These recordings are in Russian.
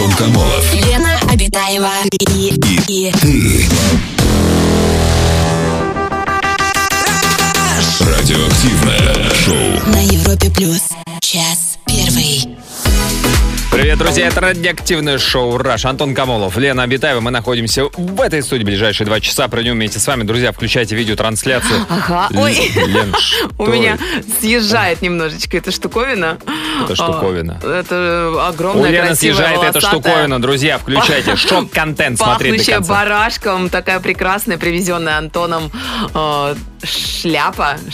Антон Камолов, Лена Обитаева и ты. Радиоактивное шоу на Европе Плюс. Час первый. Привет, друзья, это радиоактивное шоу «Раш». Антон Камолов, Лена Обитаева. Мы находимся в этой студии ближайшие 2 часа. Проведем вместе с вами. Друзья, включайте видеотрансляцию. Ага, ой, Лен, у меня съезжает немножечко эта штуковина. Это штуковина. Это огромная, У Лены красивая, съезжает эта волосатая, штуковина. Друзья, включайте. Шок-контент смотреть до пахнущая конца. барашком, такая прекрасная, привезенная Антоном шапка.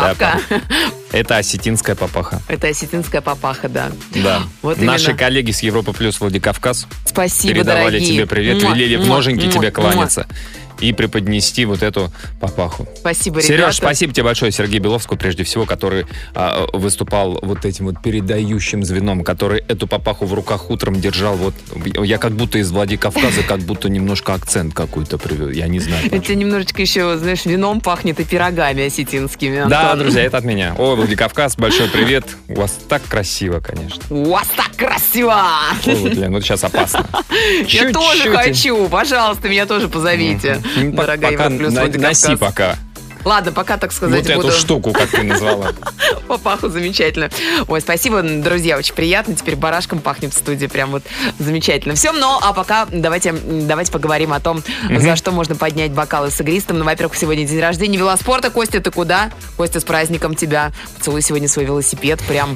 Это осетинская папаха. Это осетинская папаха, да. Да. Вот Наши именно. коллеги с Европы Плюс Владикавказ Спасибо, передавали дорогие. тебе привет, Муа, велели в муа, ноженьки муа, тебе муа. кланяться и преподнести вот эту папаху. Спасибо, ребята. Сереж, спасибо тебе большое, Сергею Беловскому, прежде всего, который выступал вот этим вот передающим звеном, который эту папаху в руках утром держал. Вот я как будто из Владикавказа, как будто немножко акцент какой-то привел. Я не знаю. Это немножечко еще, знаешь, вином пахнет и пирогами осетинскими, Антон. Да, друзья, это от меня. Ой, Владикавказ, большой привет. У вас так красиво, конечно. У вас так красиво! Ой, вот, Лен, вот сейчас опасно. Я тоже хочу. Пожалуйста, меня тоже позовите. Дорогая Пока Европа Плюс Владикавказ. носи пока. Ладно, пока, так сказать, Вот буду эту штуку, как ты назвала. папаху замечательно. Ой, спасибо, друзья, очень приятно. Теперь барашком пахнет в студии, прям вот замечательно. Все, а пока давайте поговорим о том, за что можно поднять бокалы с игристом. Ну, во-первых, сегодня день рождения велоспорта. Костя, ты куда? Костя, с праздником тебя. Поцелуй сегодня свой велосипед прям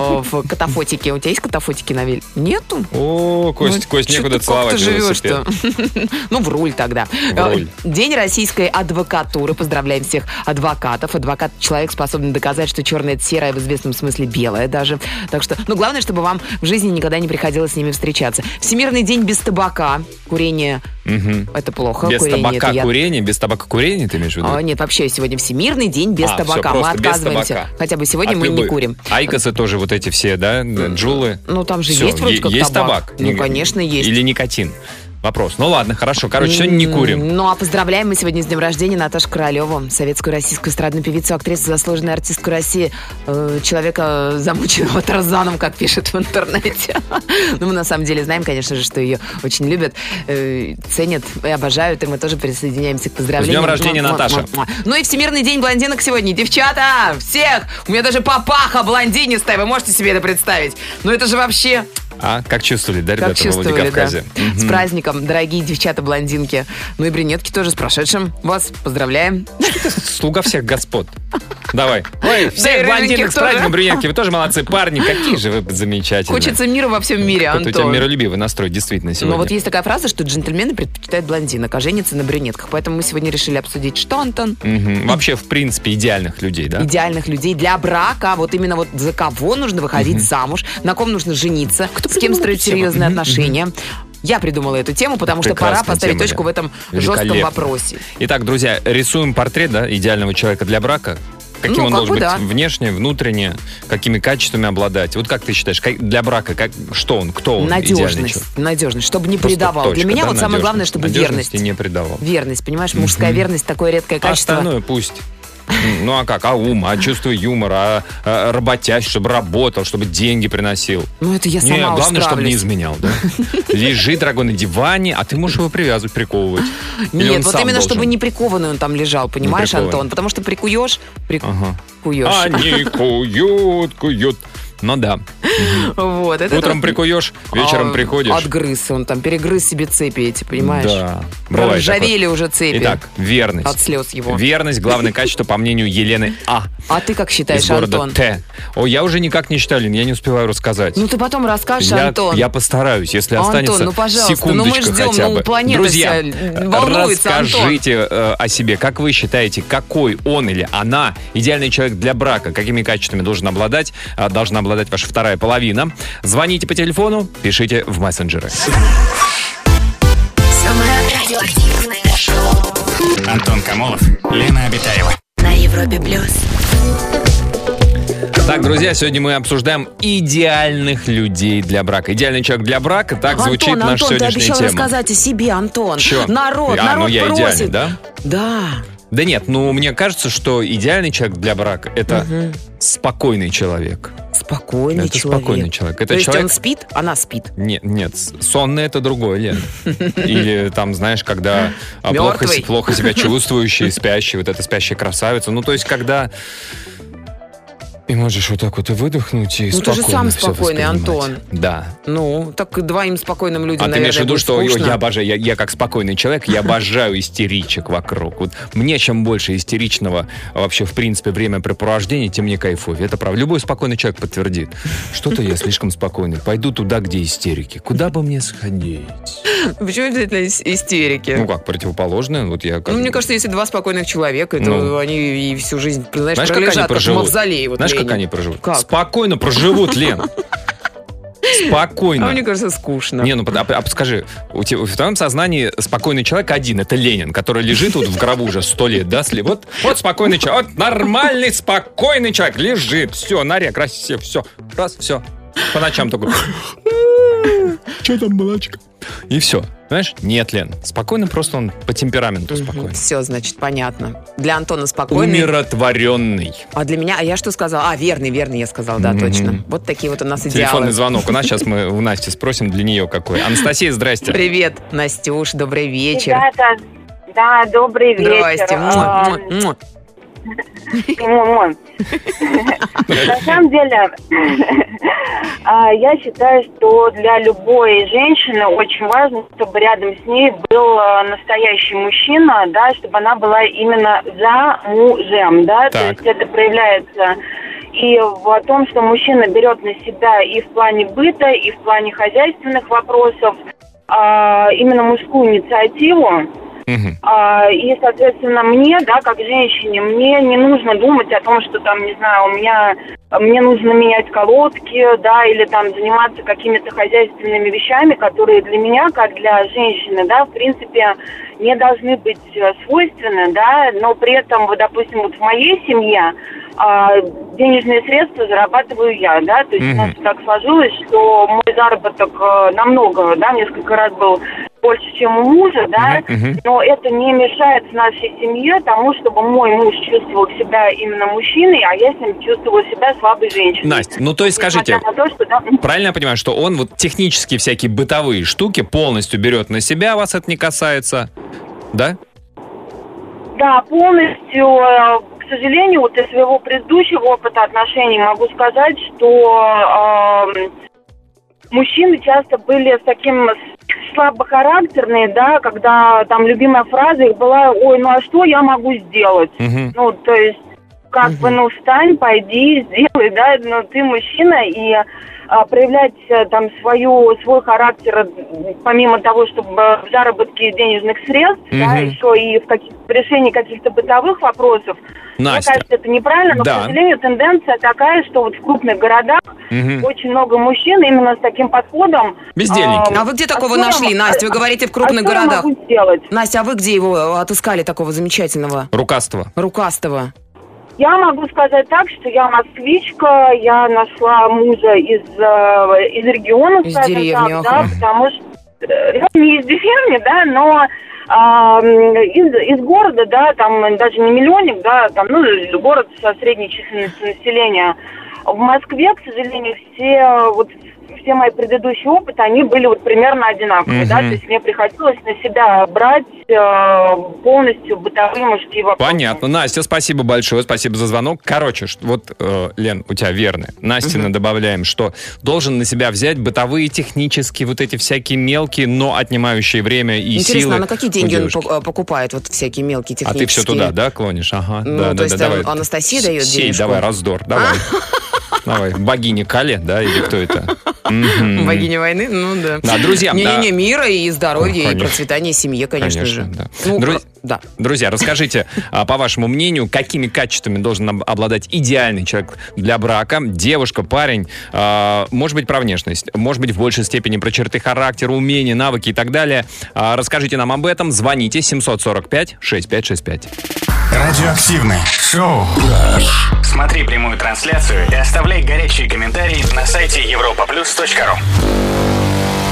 в катафотике. У тебя есть катафотики на вель? Нету? О, Кость, некуда целовать велосипед. Ну, в руль тогда. В руль. День российской адвокатуры. Поздравляем всех адвокатов. Адвокат — человек, способный доказать, что черное — это серое, в известном смысле белое даже. Так что, главное, чтобы вам в жизни никогда не приходилось с ними встречаться. Всемирный день без табака. Курение это плохо. Без Курение табака это яд. курение, без табака курение, ты имеешь в виду? Нет, вообще сегодня Всемирный день без табака. всё, Мы просто без отказываемся. табака. Хотя бы сегодня От мы не любых. курим. Айкосы тоже вот эти все, да? Джулы. Ну, там же Всё, есть вроде как есть табак. Ну, конечно, есть. Или никотин. Вопрос. Ну ладно, хорошо. Короче, сегодня не курим. Ну, а поздравляем мы сегодня с днем рождения Наташу Королеву, советскую российскую эстрадную певицу, актрису, заслуженную артистку России, человека, замученного Тарзаном, как пишет в интернете. Ну, мы на самом деле знаем, конечно же, что ее очень любят, ценят и обожают, и мы тоже присоединяемся к поздравлениям. С днем рождения, Наташа. Ну и Всемирный день блондинок сегодня. Девчата, всех! У меня даже папаха блондинистая, вы можете себе это представить? Ну, это же вообще... А, как чувствовали, да, ребята, Как во чувствовали, Владикавказе? да. С праздником, дорогие девчата-блондинки. Ну и брюнетки тоже с прошедшим. Вас поздравляем. Слуга всех господ. Давай. Ой, Да и всех блондинок рыженьких с праздником, тоже. брюнетки. Вы тоже молодцы парни. Какие же вы замечательные. Хочется мира во всем мире, Вот у тебя Антон. миролюбивый настрой, действительно, сегодня. Но вот есть такая фраза, что джентльмены предпочитают блондинок, а женятся на брюнетках. Поэтому мы сегодня решили обсудить, что, Антон? Вообще, в принципе, идеальных людей, да? Идеальных людей для брака. Вот именно вот за кого нужно выходить замуж, на ком нужно жениться, с кем строить серьезные отношения. Я придумала эту тему, потому что пора Прекрасная поставить тема, точку да. в этом жестком Великолепно. вопросе. Итак, друзья, рисуем портрет, да, идеального человека для брака. Каким Ну, он как должен бы быть да. внешне, внутренне, какими качествами обладать? Вот как ты считаешь, для брака, что он, кто он идеальный человек? Надежность, чтобы не Просто предавал. точка, Для меня да, вот самое надежность. главное, чтобы Надежность верность. и не предавал. Верность, понимаешь, мужская верность такое редкое качество. Остальное пусть. Ну а как? А ум, а чувство юмора, а работящий, чтобы работал, чтобы деньги приносил. Ну, это я сама Не, уж главное, чтобы не справлюсь. изменял, да? Лежит, дорогой, на диване, а ты можешь его привязывать, приковывать. Или он Нет, вот сам именно, должен? чтобы не прикованный он там лежал, понимаешь, прикованный. Антон? Потому что прикуешь, Ага. прикуешь. Они куют. Ну да. Вот, это Утром вот, прикуешь, вечером приходишь. Отгрыз он там, перегрыз себе цепи эти, понимаешь? Да. Бывает Проржавели такое. уже цепи. Итак, верность. От слез его. Верность – главное качество, по мнению Елены А. А ты как считаешь, Из города Антон? Т. О, я уже никак не считаю, Лен, я не успеваю рассказать. Ну, ты потом расскажешь, Антон. Я постараюсь, если Антон, останется ну, пожалуйста, секундочка ну, мы ждем, хотя ну, бы. планета Друзья, вся волнуется, расскажите о себе, как вы считаете, какой он или она идеальный человек для брака, какими качествами должна обладать ваша вторая половина. Звоните по телефону, пишите в мессенджеры. Самое радиоактивное шоу Антон Камолов, Лена Обитаева. на Европе Плюс. Так, друзья, сегодня мы обсуждаем идеальных людей для брака. Идеальный человек для брака, так звучит Антон, наша Антон, ты сегодняшняя обещал тема. рассказать о себе, Антон. Чё? Народ ну я просит. идеальный, да? Да. Да нет, мне кажется, что идеальный человек для брака – это спокойный человек. Спокойный Это человек. спокойный человек. Это То есть человек... он спит, она спит. Нет, сонный – это другое, Лен. Или там, знаешь, когда Мертвый. плохо себя чувствующий, спящий, вот эта спящая красавица. То есть, когда... И можешь вот так вот и выдохнуть, и спокойно ты же сам всё спокойный, воспринимать. Антон. Да. Так двоим спокойным людям, А ты наверное, имеешь в виду, будет что скучно. я обожаю, я как спокойный человек, я обожаю истеричек вокруг. Вот мне чем больше истеричного вообще, в принципе, времяпрепровождения, тем мне кайфовее. Это правда. Любой спокойный человек подтвердит. Что-то я слишком спокойный. Пойду туда, где истерики. Куда бы мне сходить? Почему обязательно истерики? Как, противоположное? Вот я как... Мне кажется, если два спокойных человека, то они и всю жизнь, знаешь, Знаешь, как они пролежат, как в проживут? мавзолее. Вот Знаешь, как Ленин. они проживут? Как? Спокойно проживут, Лен. Спокойно. А мне кажется, скучно. Скажи, в твоем сознании спокойный человек один, это Ленин, который лежит вот в гробу уже 100 лет, да? Вот спокойный человек, вот нормальный, спокойный человек лежит, все, нарек, красиво, все, раз, все. По ночам такой... Что там, молочка? И все. Знаешь? Нет, Лен. Спокойно, просто он по темпераменту спокойный. Все, значит, понятно. Для Антона спокойный. Умиротворенный. А для меня, я что сказала? Верный я сказала, да, точно. Вот такие вот у нас идеалы. Телефонный звонок. У нас сейчас мы у Насти спросим для нее какой. Анастасия, здрасте. Привет, Настюш, добрый вечер. Ребята, да, добрый вечер. Здрасте. Муа. На самом деле, я считаю, что для любой женщины очень важно, чтобы рядом с ней был настоящий мужчина, да, чтобы она была именно замужем, да, Так. то есть это проявляется и в том, что мужчина берет на себя и в плане быта, и в плане хозяйственных вопросов именно мужскую инициативу. И, соответственно, мне, да, как женщине, мне не нужно думать о том, что там, не знаю, мне нужно менять колодки, да, или там заниматься какими-то хозяйственными вещами, которые для меня, как для женщины, да, в принципе, не должны быть свойственны, да, но при этом, вот, допустим, вот в моей семье денежные средства зарабатываю я, да, то есть у нас так сложилось, что мой заработок намного, да, несколько раз был больше, чем у мужа, да, но это не мешает в нашей семье тому, чтобы мой муж чувствовал себя именно мужчиной, а я с ним чувствовала себя слабой женщиной. Настя, то есть скажите, правильно я понимаю, что он вот технические всякие бытовые штуки полностью берет на себя, вас это не касается, да? Да, полностью. К сожалению, вот из своего предыдущего опыта отношений могу сказать, что мужчины часто были с таким слабохарактерные, да, когда там любимая фраза их была: ой, ну а что я могу сделать? Ну, то есть, как бы, ну, встань, пойди, сделай, да, но ты мужчина, и проявлять там свой характер, помимо того, чтобы в заработке денежных средств, да, еще и в решении каких-то бытовых вопросов. Настя. Мне кажется, это неправильно, но, Да. к сожалению, тенденция такая, что вот в крупных городах очень много мужчин именно с таким подходом. Бездельники. А вы где такого что я нашли, могу- Настя? Вы говорите, в крупных что я городах. могу сделать? Настя, а вы где его отыскали, такого замечательного, Рукастого. рукастого? Я могу сказать так, что я москвичка, я нашла мужа из региона, Из скажем деревни, так, да, ага. потому что не из деревни, да, но из города, да, там даже не миллионник, да, там, ну, город со средней численностью населения. В Москве, к сожалению, все мои предыдущие опыты, они были вот примерно одинаковые, да, то есть мне приходилось на себя брать полностью бытовые мужские вопросы. Понятно. Настя, спасибо большое, спасибо за звонок. Короче, вот, Лен, у тебя верно. Настина добавляем, что должен на себя взять бытовые, технические, вот эти всякие мелкие, но отнимающие время и Интересно, силы а на какие у деньги он девушки. покупает вот всякие мелкие А технические? ты все туда, да, клонишь? Ага. Ну, да, то есть давай. Анастасия дает Сей, денежку? давай, раздор, давай. Давай, богиня Кали, да, или кто это? Богиня войны? Ну да. Да, друзья, Не-не-не, мира и здоровья, и Конечно. процветания семье, конечно же. да. Ну, да. Друзья, расскажите, по вашему мнению, какими качествами должен обладать идеальный человек для брака? Девушка, парень, может быть, про внешность, может быть, в большей степени про черты характера, умения, навыки и так далее. Расскажите нам об этом. Звоните 745-6565. Радиоактивное шоу. Смотри прямую трансляцию и оставляй горячие комментарии на сайте europaplus.ru.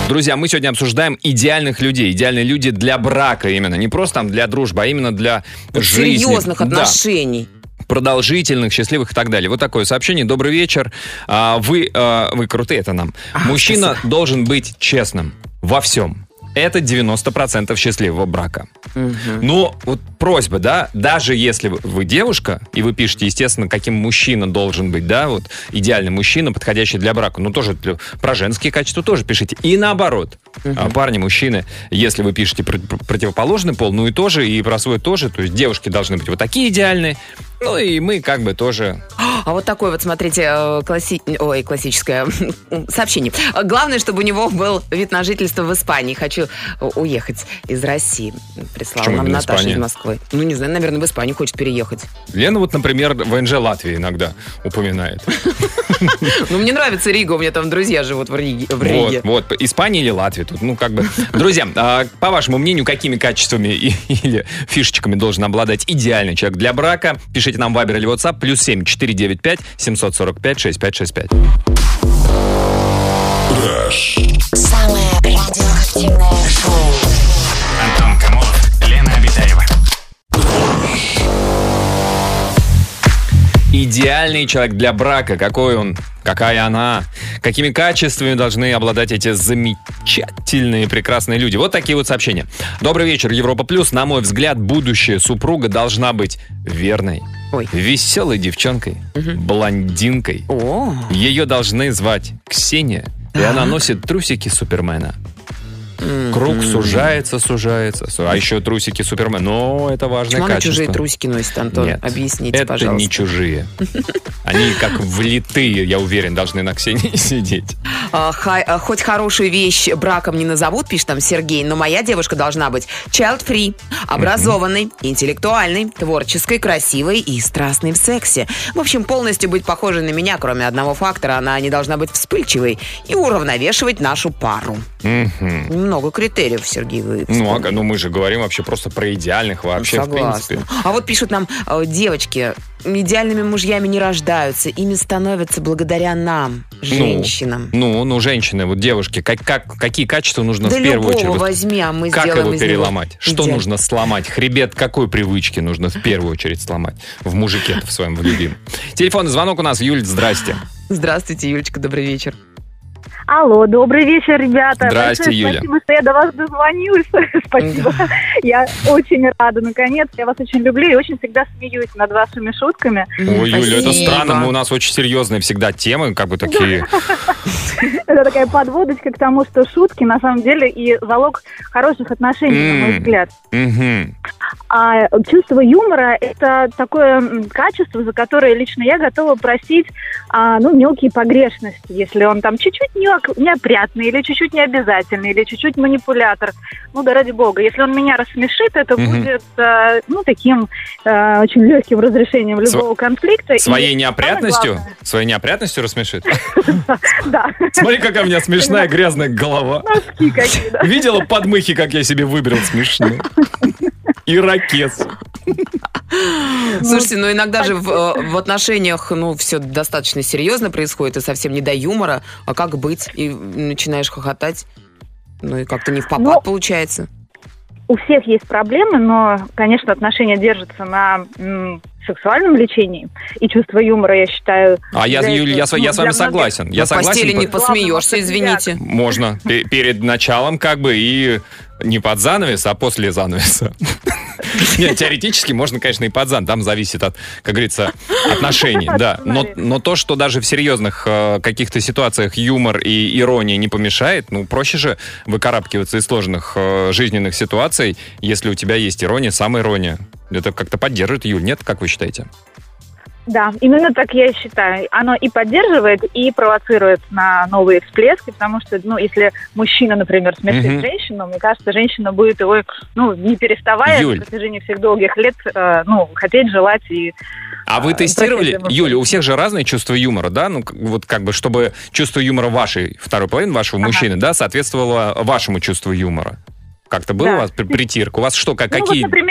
Друзья, мы сегодня обсуждаем идеальных людей. Идеальные люди для брака именно. Не просто там для дружбы, а именно для жизни. Серьезных отношений. Продолжительных, счастливых и так далее. Вот такое сообщение. Добрый вечер. Вы крутые, это нам. Мужчина должен быть честным во всем. Это 90% счастливого брака. Но вот просьба, да, даже если вы девушка, и вы пишете, естественно, каким мужчина должен быть, да, вот идеальный мужчина, подходящий для брака, ну тоже про женские качества тоже пишите. И наоборот, парни, мужчины, если вы пишете противоположный пол, ну и тоже, и про свой тоже, то есть девушки должны быть вот такие идеальные, ну и мы как бы тоже... А вот такое вот, смотрите, классическое сообщение. Главное, чтобы у него был вид на жительство в Испании. Хочу уехать из России. Прислала Почему нам именно Наташа Испания? из Москвы. Ну, не знаю, наверное, в Испанию хочет переехать. Лена вот, например, ВНЖ Латвии иногда упоминает. Ну, мне нравится Рига, у меня там друзья живут в Риге. Вот, Испания или Латвия тут, ну как бы. Друзья, по вашему мнению, какими качествами или фишечками должен обладать идеальный человек для брака? Пишите нам в Viber или WhatsApp, +7 495 745 6565. Самое радиоактивное шоу. Антон Камолов, Лена Обитаева. Идеальный человек для брака. Какой он? Какая она? Какими качествами должны обладать эти замечательные, прекрасные люди? Вот такие вот сообщения. Добрый вечер, Европа Плюс. На мой взгляд, будущая супруга должна быть верной, веселой девчонкой, блондинкой. Ее должны звать Ксения, и она носит трусики Супермена. Круг сужается. А еще трусики Супермена. Но это важное Почему она качество. чужие трусики носит, Антон? Нет, Объясните, это пожалуйста. не чужие. Они как влитые, я уверен, должны на Ксении сидеть. Хоть хорошую вещь браком не назовут, пишет там Сергей, но моя девушка должна быть child-free, образованной, интеллектуальной, творческой, красивой и страстной в сексе. В общем, полностью быть похожей на меня, кроме одного фактора, она не должна быть вспыльчивой и уравновешивать нашу пару. Много критериев, Сергей, вы вспомнили. Ну мы же говорим вообще просто про идеальных вообще, Согласна. в принципе. А вот пишут нам девочки, идеальными мужьями не рождаются, ими становятся благодаря нам, женщинам. Ну, женщины, вот девушки, какие качества нужно Да в первую очередь? любого возьми, а мы как сделаем его из него переломать? Что идеально. нужно сломать? Хребет какой привычки нужно в первую очередь сломать? В мужике-то в своем любимом. Телефонный звонок у нас. Юль, здрасте. Здравствуйте, Юлечка, добрый вечер. Алло, добрый вечер, ребята. Здрасте, Большое Юля. Спасибо, что я до вас дозвонилась. Спасибо. Я очень рада, наконец. Я вас очень люблю и очень всегда смеюсь над вашими шутками. Ой, Юля, это Спасибо. странно. У нас очень серьезные всегда темы, как бы такие. Это такая подводочка к тому, что шутки на самом деле и залог хороших отношений, на мой взгляд. Мгм. А чувство юмора – это такое качество, за которое лично я готова простить мелкие погрешности. Если он там чуть-чуть неопрятный, или чуть-чуть необязательный, или чуть-чуть манипулятор. Ну да ради бога. Если он меня рассмешит, это будет таким очень легким разрешением любого конфликта. Своей И неопрятностью? самое Своей неопрятностью рассмешит? главное- Да. Смотри, какая у меня смешная грязная голова. Носки какие, да. Видела подмыхи, как я себе выбрал смешно? Ирокез. Слушайте, ну иногда же в отношениях, все достаточно серьезно происходит, и совсем не до юмора. А как быть? И начинаешь хохотать. Ну и как-то не в попад получается. У всех есть проблемы, но, конечно, отношения держатся на сексуальном лечении. И чувство юмора, я считаю... Юль, я с вами согласен. Я В постели согласен. не посмеешься, извините. Можно перед началом как бы и не под занавес, а после занавеса. Нет, теоретически можно, конечно, и под занавес. Там зависит от, как говорится, отношений. Да. Но то, что даже в серьезных каких-то ситуациях юмор и ирония не помешает, проще же выкарабкиваться из сложных жизненных ситуаций, если у тебя есть ирония, самоирония. Это как-то поддерживает, Юль, нет? Как вы считаете? Да, именно так я и считаю. Оно и поддерживает, и провоцирует на новые всплески, потому что, если мужчина, например, смешит женщину, мне кажется, женщина будет его, не переставая Юль. на протяжении всех долгих лет, хотеть, желать и... А вы тестировали? просить Юля, у всех же разные чувства юмора, да? Чтобы чувство юмора вашей второй половины, вашего мужчины, да, соответствовало вашему чувству юмора. Как-то было у вас притирка? У вас что, какие... например,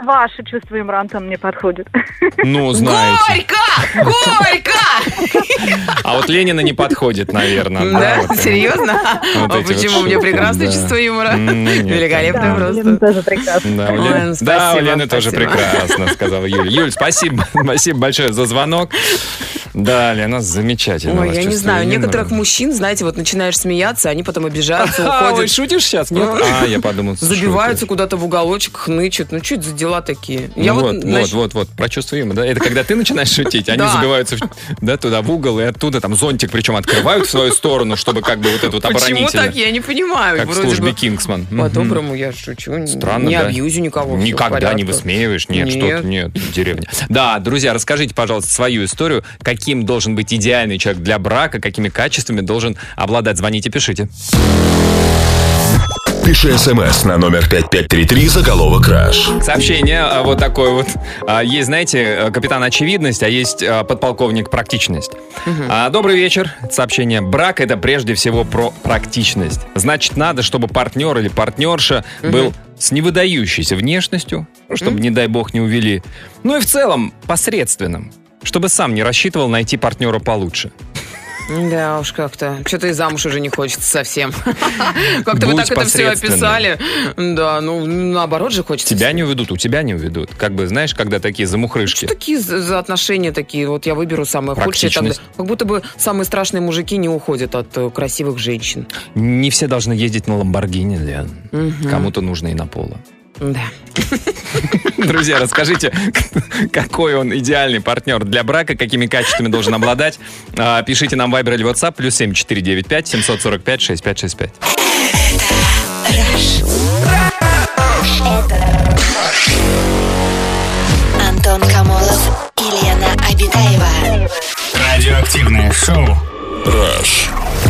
ваше чувство юмора, Антон, мне подходит. Ну, знаете. Горько! А вот Ленина не подходит, наверное. Да? вот. Серьезно? Вот А эти вот почему? У меня шутки, прекрасное да. чувство юмора. Нет, Великолепно Да, Лена просто. тоже прекрасно. Да, у Ой, Лены, ну, да, у спасибо, Лены тоже спасибо. прекрасно, сказала Юля. Юль, спасибо большое за звонок. Да, Лена, замечательно. у Ой, вас я не чувство знаю, юмора. некоторых мужчин, знаете, вот начинаешь смеяться, они потом обижаются, Ой, уходят. шутишь сейчас? Нет? А, я подумал, Забиваются куда-то в уголочек, хнычут. Ну, что это за дела такие? Я вот, про чувство юмора, да? Это когда ты начинаешь шутить, они Да. забиваются туда в угол, и оттуда там зонтик, причем открывают в свою сторону, чтобы как бы вот это вот Почему оборонительно. так? Я не понимаю. Как в Вроде службе бы Кингсман. По-доброму я шучу. Странно, не да? абьюзю никого. всё в Никогда не порядке. высмеиваешь? Нет, Нет. что-то нет, деревня. Да, друзья, расскажите, пожалуйста, свою историю. Каким должен быть идеальный человек для брака, какими качествами должен обладать? Звоните, пишите. Пиши смс на номер 5533, заголовок «Краш». Сообщение вот такое вот. Есть, знаете, капитан очевидность, а есть подполковник практичность. Добрый вечер. Сообщение. Брак — это прежде всего про практичность. Значит, надо, чтобы партнер или партнерша был с невыдающейся внешностью, чтобы, не дай бог, не увели. Ну и в целом посредственным, чтобы сам не рассчитывал найти партнера получше. Да уж как-то. Что-то и замуж уже не хочется совсем. Как-то вы Будь так это все посредственным. описали. Да, ну наоборот же хочется. Тебя не уведут, у тебя не уведут. Как бы, знаешь, когда такие замухрышки. Что такие за отношения такие? Вот я выберу самое худшее. Практичность. Как будто бы самые страшные мужики не уходят от красивых женщин. Не все должны ездить на Ламборгини, Лен. Кому-то нужно и на Поло. Да. Друзья, расскажите, какой он идеальный партнер для брака, какими качествами должен обладать. Пишите нам в Viber или WhatsApp, +7 495 745 6565. Антон Камолов и Лена Обитаева. Радиоактивное шоу. Rush.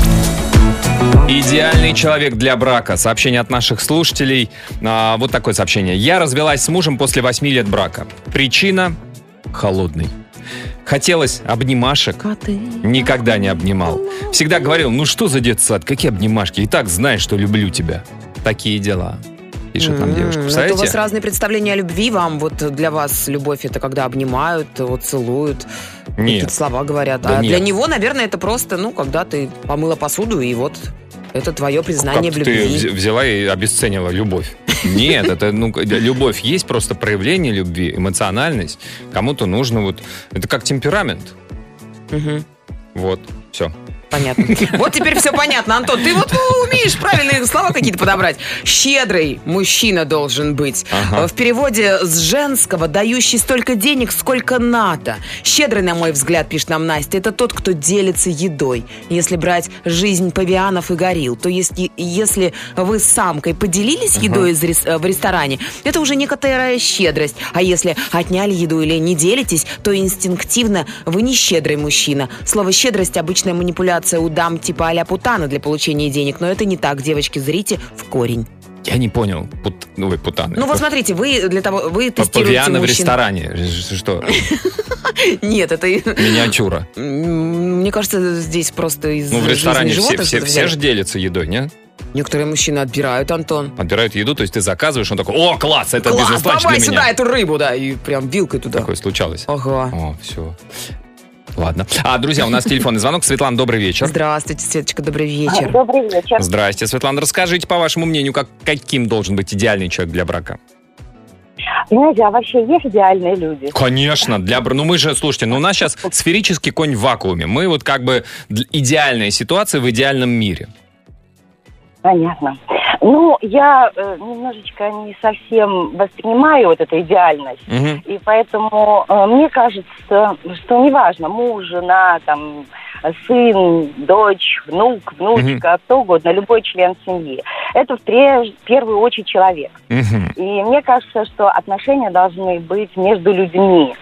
Идеальный человек для брака. Сообщение от наших слушателей. Вот такое сообщение. Я развелась с мужем после 8 лет брака. Причина – холодный. Хотелось обнимашек. Никогда не обнимал. Всегда говорил, ну что за детсад, какие обнимашки? И так знаешь, что люблю тебя. Такие дела. Пишет нам девушка. Это у Представляете? вас разные представления о любви. Вам вот для вас любовь это когда обнимают, вот целуют, какие-то слова говорят. Да А нет. для него, наверное, это просто, ну, когда ты помыла посуду, и вот это твое признание в Как ты любви. взяла и обесценила любовь? Нет, это, любовь есть просто проявление любви, эмоциональность. Кому-то нужно вот... Это как темперамент. Мгм. Вот, все. Понятно. Вот теперь все понятно. Антон, ты вот умеешь правильные слова какие-то подобрать. Щедрый мужчина должен быть. Ага. В переводе с женского дающий столько денег, сколько надо. Щедрый, на мой взгляд, пишет нам Настя, это тот, кто делится едой. Если брать жизнь павианов и горилл, то если вы с самкой поделились едой в ресторане, это уже некоторая щедрость. А если отняли еду или не делитесь, то инстинктивно вы не щедрый мужчина. Слово «щедрость» — обычная манипуляция у дам типа а-ля путана для получения денег, но это не так, девочки, зрите в корень. Я не понял. Путаны. Ну вот смотрите, вы тестируете Павианы в мужчин. ресторане. Что? Нет, это... Миниатюра. Мне кажется, здесь просто из Ну, в жизни ресторане животных все что-то взяли. же делятся едой, нет? Некоторые мужчины отбирают, Антон. Отбирают еду, то есть ты заказываешь, он такой, о, класс, это Класс, бизнес-ланч давай для сюда меня. эту рыбу, да, и прям вилкой туда. Такое случалось. Ага. О, все. Ладно. Друзья, у нас телефонный звонок. Светлана, добрый вечер. Здравствуйте, Светочка, добрый вечер. Добрый вечер. Здрасте, Светлана. Расскажите, по вашему мнению, каким должен быть идеальный человек для брака? Знаете, а вообще есть идеальные люди? Конечно, ну мы же, слушайте, у нас сейчас сферический конь в вакууме. Мы вот как бы идеальная ситуация в идеальном мире. Понятно. Ну, я немножечко не совсем воспринимаю вот эту идеальность. Мгм. И поэтому мне кажется, что неважно, муж, жена, там, сын, дочь, внук, внучка, кто угодно, любой член семьи. Это в первую очередь человек. Мгм. И мне кажется, что отношения должны быть между людьми,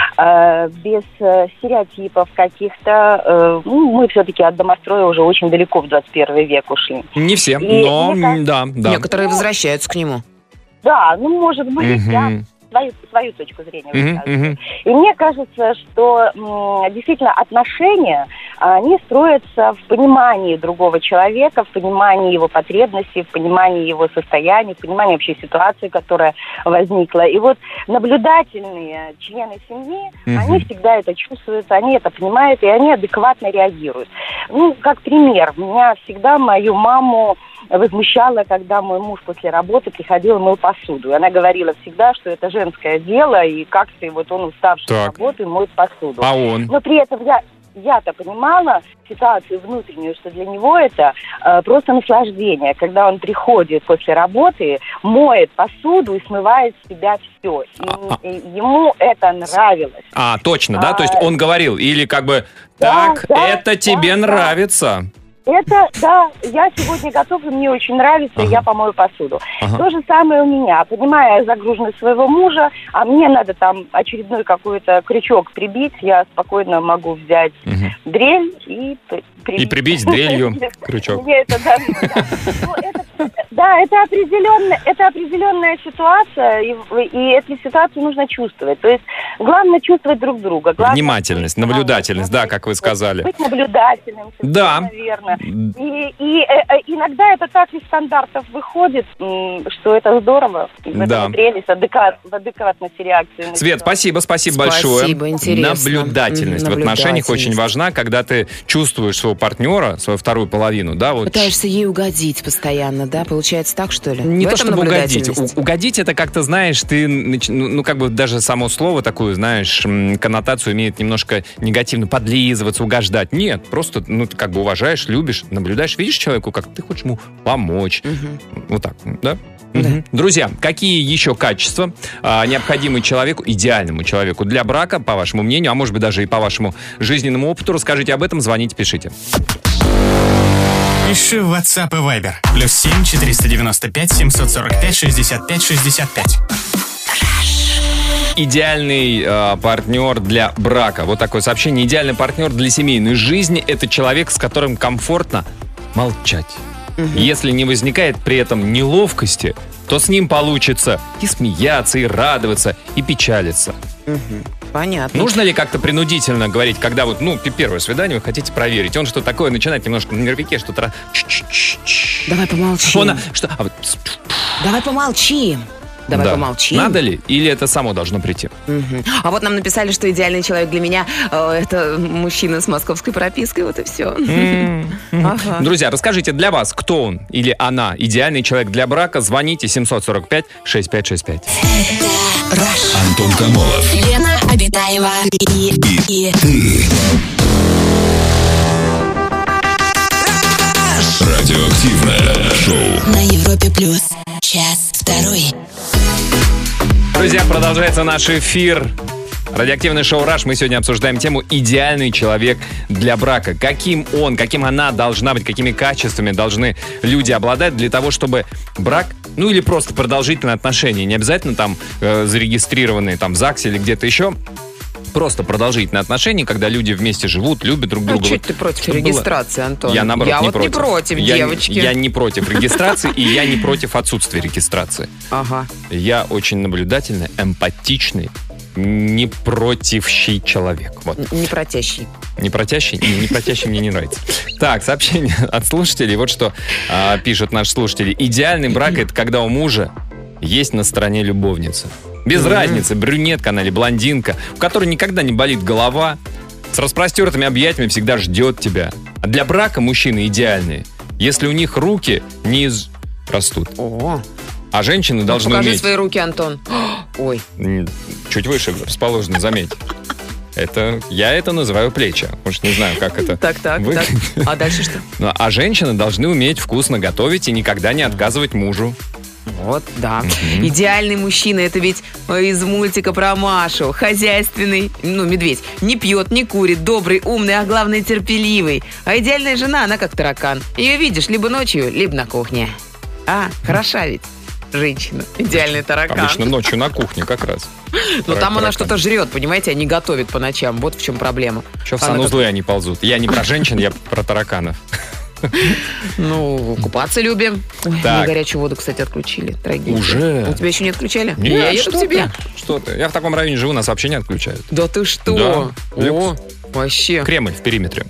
без стереотипов каких-то. Мы все-таки от домостроя уже очень далеко в 21 век ушли. Не все, И но мне кажется, да. Некоторые возвращаются к нему. Да, может быть, Мгм. я свою точку зрения Мгм, высказываю. мгм. И мне кажется, что действительно отношения они строятся в понимании другого человека, в понимании его потребностей, в понимании его состояния, в понимании вообще ситуации, которая возникла. И вот наблюдательные члены семьи, они всегда это чувствуют, они это понимают, и они адекватно реагируют. Ну, как пример, меня всегда мою маму возмущало, когда мой муж после работы приходил и мыл посуду. И она говорила всегда, что это женское дело, и как ты, вот он уставший с работы, моет посуду. А он? Но при этом я-то понимала ситуацию внутреннюю, что для него это просто наслаждение, когда он приходит после работы, моет посуду и смывает с себя все. И ему это нравилось. Точно, да? То есть он говорил, или как бы, это тебе нравится. Это, да, я сегодня готова, мне очень нравится, и я помою посуду. То же самое у меня. Понимая загруженность своего мужа, а мне надо там очередной какой-то крючок прибить, я спокойно могу взять дрель и прибить. И прибить дрелью крючок. Мне это да, это определенная ситуация, и эту ситуацию нужно чувствовать. То есть главное чувствовать друг друга. Внимательность, наблюдательность, да, как вы сказали. Быть наблюдательным, да. Верно. И иногда это так из стандартов выходит, что это здорово. В этом прелесть, адекватности реакции. Свет, спасибо большое. Спасибо, интересно. Наблюдательность в отношениях очень важна, когда ты чувствуешь своего партнера, свою вторую половину, да, вот. Пытаешься ей угодить постоянно, да? Получается так, что ли? Не то, чтобы угодить. Угодить, это как-то, знаешь, ты, ну, как бы даже само слово такую, знаешь, коннотацию имеет немножко негативно, подлизываться, угождать. Нет, просто, ну, ты как бы уважаешь, любишь, наблюдаешь, видишь человеку, как ты хочешь ему помочь. Вот так, да? Друзья, какие еще качества необходимы человеку, идеальному человеку для брака, по вашему мнению, а может быть даже и по вашему жизненному опыту? Расскажите об этом, звоните, пишите. Пиши в WhatsApp и Viber. +7 495 745 65 65. Идеальный партнер для брака. Вот такое сообщение. Идеальный партнер для семейной жизни – это человек, с которым комфортно молчать. Если не возникает при этом неловкости, то с ним получится и смеяться, и радоваться, и печалиться. Понятно. Нужно ли как-то принудительно говорить, когда вот, ну, первое свидание, вы хотите проверить, он что такое начинает немножко на нервике, что-то... Давай помолчим. Давай помолчим. Давай помолчим. Надо ли? Или это само должно прийти? А вот нам написали, что идеальный человек для меня это мужчина с московской пропиской, вот и все. Друзья, расскажите, для вас, кто он или она идеальный человек для брака? Звоните 745-6565. Антон Камолов. Лена Обитаева и ты. Радиоактивное шоу на Европе Плюс. Час второй. Друзья, продолжается наш эфир. Радиоактивное шоу «Раш». Мы сегодня обсуждаем тему «Идеальный человек для брака». Каким он, каким она должна быть, какими качествами должны люди обладать для того, чтобы брак, ну или просто продолжительные отношения, не обязательно там зарегистрированные там в ЗАГСе или где-то еще, просто продолжительные отношения, когда люди вместе живут, любят друг друга. А что ты против регистрации, Антон? Я, наоборот, я не вот против. не против, девочки. Я не против регистрации, и я не против отсутствия регистрации. Я очень наблюдательный, эмпатичный, не противщий человек. Вот. Не протящий. Не протящий? Не протящий мне не нравится. Так, сообщение от слушателей. Вот что пишут наши слушатели. Идеальный брак – это когда у мужа есть на стороне любовница. Без разницы, брюнетка она или блондинка, у которой никогда не болит голова, с распростертыми объятиями всегда ждет тебя. А для брака мужчины идеальные, если у них руки низ растут. А женщины должны Покажи уметь... свои руки, Антон. Ой. Чуть выше расположены, заметь. Я это называю плечи. Уж не знаю, как это выглядит. А дальше что? А женщины должны уметь вкусно готовить и никогда не отказывать мужу. Вот, да. Идеальный мужчина, это ведь из мультика про Машу. Хозяйственный, медведь. Не пьет, не курит, добрый, умный, а главное терпеливый. А идеальная жена, она как таракан. Ее видишь либо ночью, либо на кухне. Хороша ведь женщина. Идеальный таракан. Обычно ночью на кухне как раз. Но там она что-то жрет, понимаете, а не готовит по ночам. Вот в чем проблема. Еще в санузлы они ползут. Я не про женщин, я про тараканов. Купаться любим. Ой, мне горячую воду, кстати, отключили. Трагедия. Уже? У тебя еще не отключали? Нет, я еду к тебе. Что ты? Я в таком районе живу, нас вообще не отключают. Да ты что? Да. Вообще. Кремль в периметре.